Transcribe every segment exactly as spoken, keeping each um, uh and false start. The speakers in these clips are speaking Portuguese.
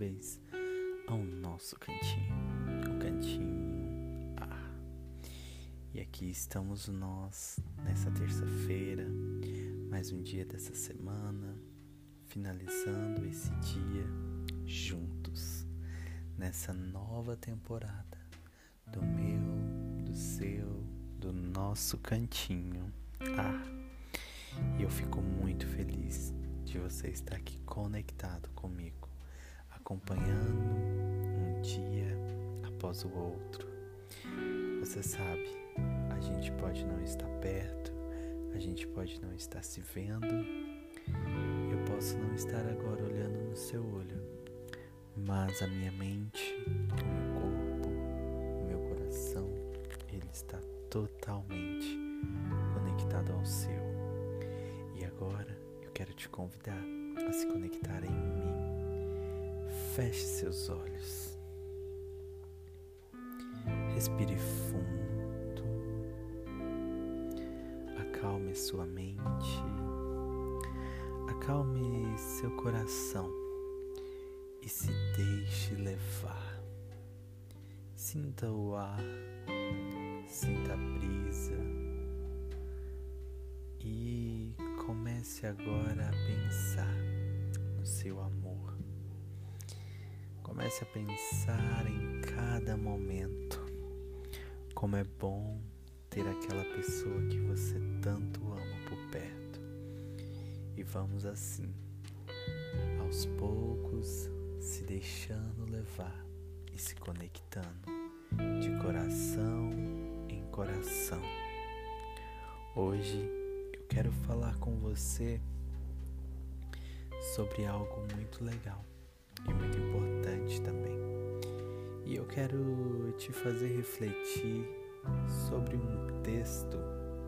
vez ao nosso cantinho, o cantinho A. E aqui estamos nós nessa terça-feira, mais um dia dessa semana, finalizando esse dia juntos, nessa nova temporada do meu, do seu, do nosso cantinho A. E eu fico muito feliz de você estar aqui conectado comigo, acompanhando um dia após o outro. Você sabe, a gente pode não estar perto, a gente pode não estar se vendo, eu posso não estar agora olhando no seu olho, mas a minha mente, o meu corpo, o meu coração, ele está totalmente conectado ao seu. E agora eu quero te convidar a se conectar em mim. Feche seus olhos. Respire fundo. Acalme sua mente. Acalme seu coração e se deixe levar. Sinta o ar, sinta a brisa e comece agora a pensar no seu amor. Comece a pensar em cada momento, como é bom ter aquela pessoa que você tanto ama por perto. E vamos assim, aos poucos, se deixando levar e se conectando de coração em coração. Hoje eu quero falar com você sobre algo muito legal e muito importante também. E eu quero te fazer refletir sobre um texto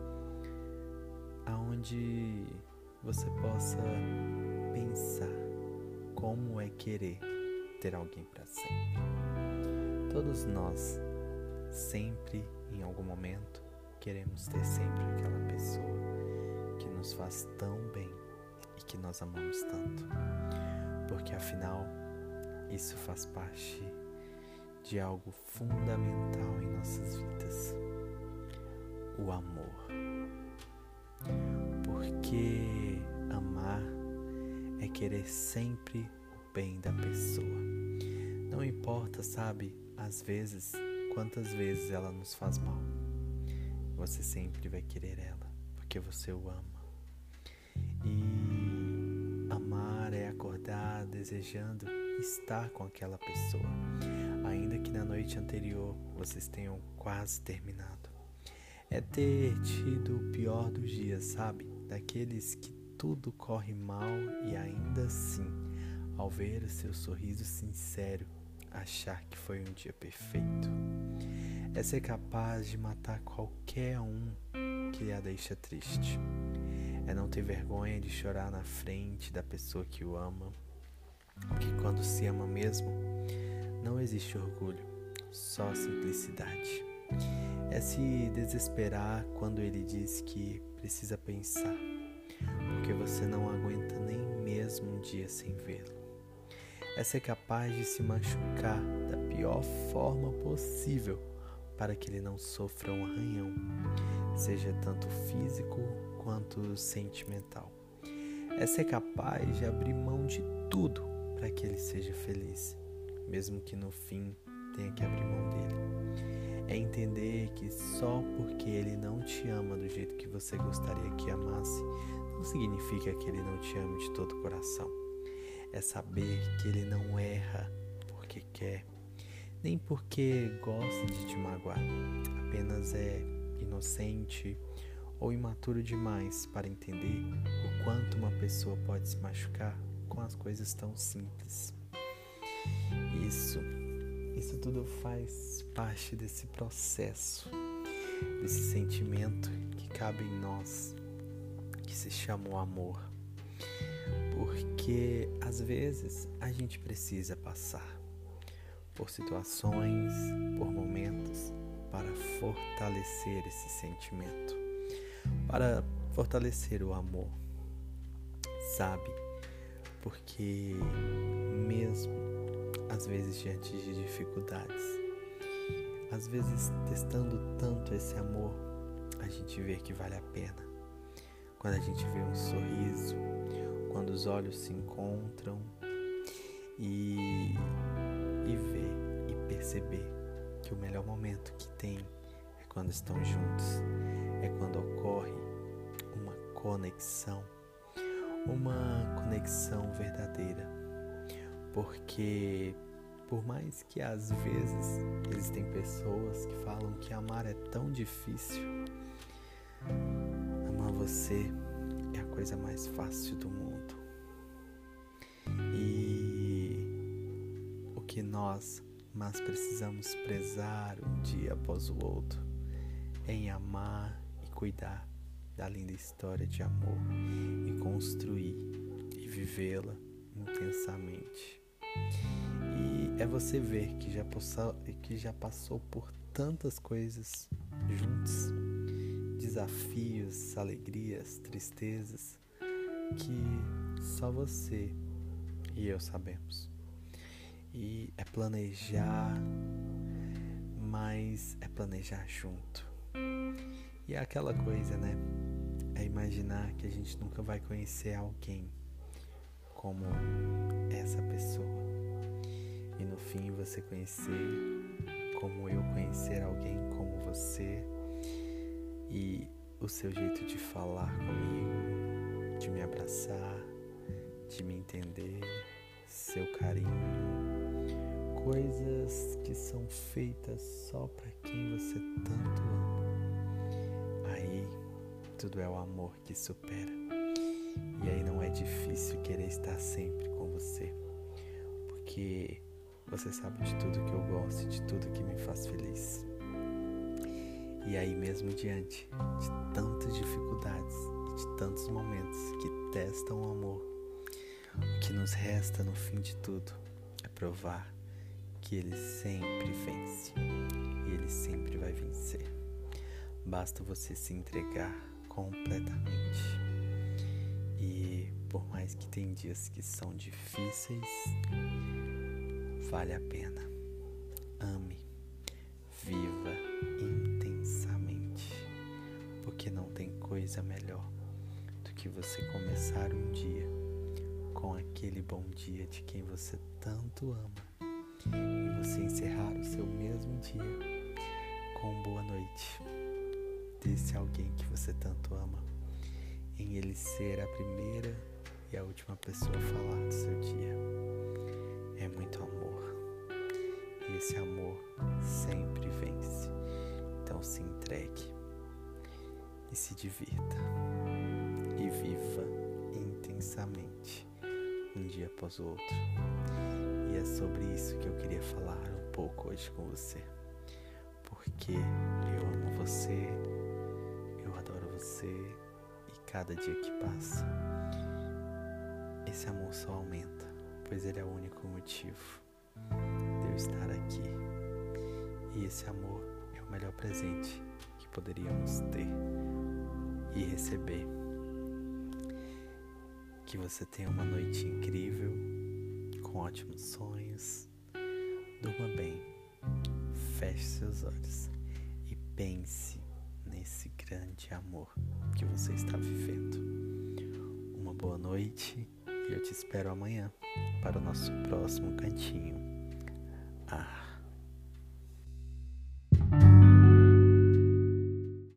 aonde você possa pensar como é querer ter alguém para sempre. Todos nós, sempre, em algum momento, queremos ter sempre aquela pessoa que nos faz tão bem e que nós amamos tanto, porque afinal, isso faz parte de algo fundamental em nossas vidas, o amor. Porque amar é querer sempre o bem da pessoa. Não importa, sabe, às vezes, quantas vezes ela nos faz mal. Você sempre vai querer ela, porque você o ama. E amar é acordar desejando estar com aquela pessoa, ainda que na noite anterior vocês tenham quase terminado. É ter tido o pior dos dias, sabe? Daqueles que tudo corre mal e ainda assim, ao ver o seu sorriso sincero, achar que foi um dia perfeito. É ser capaz de matar qualquer um que a deixa triste. É não ter vergonha de chorar na frente da pessoa que o ama. Porque quando se ama mesmo, não existe orgulho, só simplicidade. É se desesperar quando ele diz que precisa pensar, porque você não aguenta nem mesmo um dia sem vê-lo. É ser capaz de se machucar da pior forma possível para que ele não sofra um arranhão, seja tanto físico quanto sentimental. É ser capaz de abrir mão de tudo para que ele seja feliz, mesmo que no fim tenha que abrir mão dele. É entender que só porque ele não te ama do jeito que você gostaria que amasse, não significa que ele não te ame de todo o coração. É saber que ele não erra porque quer, nem porque gosta de te magoar, apenas é inocente ou imaturo demais para entender o quanto uma pessoa pode se machucar com as coisas tão simples. Isso, isso tudo faz parte desse processo, desse sentimento que cabe em nós, que se chama o amor. Porque às vezes a gente precisa passar por situações, por momentos, para fortalecer esse sentimento, para fortalecer o amor, sabe? Porque mesmo às vezes diante de dificuldades. Às vezes, testando tanto esse amor, a gente vê que vale a pena. Quando a gente vê um sorriso, quando os olhos se encontram e, e vê e perceber que o melhor momento que tem é quando estão juntos, é quando ocorre uma conexão, uma conexão verdadeira. Porque por mais que às vezes existem pessoas que falam que amar é tão difícil, amar você é a coisa mais fácil do mundo. E o que nós mais precisamos prezar um dia após o outro é em amar e cuidar da linda história de amor e construir e vivê-la intensamente. E é você ver que já, passou, que já passou por tantas coisas juntos, desafios, alegrias, tristezas, que só você e eu sabemos. E é planejar, mas é planejar junto. E é aquela coisa, né? É imaginar que a gente nunca vai conhecer alguém como essa pessoa. E no fim você conhecer como eu conhecer alguém como você. E o seu jeito de falar comigo, de me abraçar, de me entender, seu carinho, coisas que são feitas só para quem você tanto ama. Aí tudo é o amor que supera. E aí não é difícil querer estar sempre com você, porque você sabe de tudo que eu gosto e de tudo que me faz feliz. E aí mesmo diante de tantas dificuldades e de tantos momentos que testam o amor, o que nos resta no fim de tudo é provar que ele sempre vence. E ele sempre vai vencer. Basta você se entregar completamente. E por mais que tem dias que são difíceis, vale a pena. Ame, viva intensamente, porque não tem coisa melhor do que você começar um dia com aquele bom dia de quem você tanto ama e você encerrar o seu mesmo dia com boa noite desse alguém que você tanto ama, em ele ser a primeira e a última pessoa a falar do seu dia. É muito amor, e esse amor sempre vence. Então se entregue e se divirta e viva intensamente um dia após o outro. E é sobre isso que eu queria falar um pouco hoje com você, porque eu amo você, eu adoro você, e cada dia que passa esse amor só aumenta, pois ele é o único motivo de eu estar aqui. E esse amor é o melhor presente que poderíamos ter e receber. Que você tenha uma noite incrível, com ótimos sonhos. Durma bem, feche seus olhos e pense nesse grande amor que você está vivendo. Uma boa noite e eu te espero amanhã para o nosso próximo cantinho. Ah.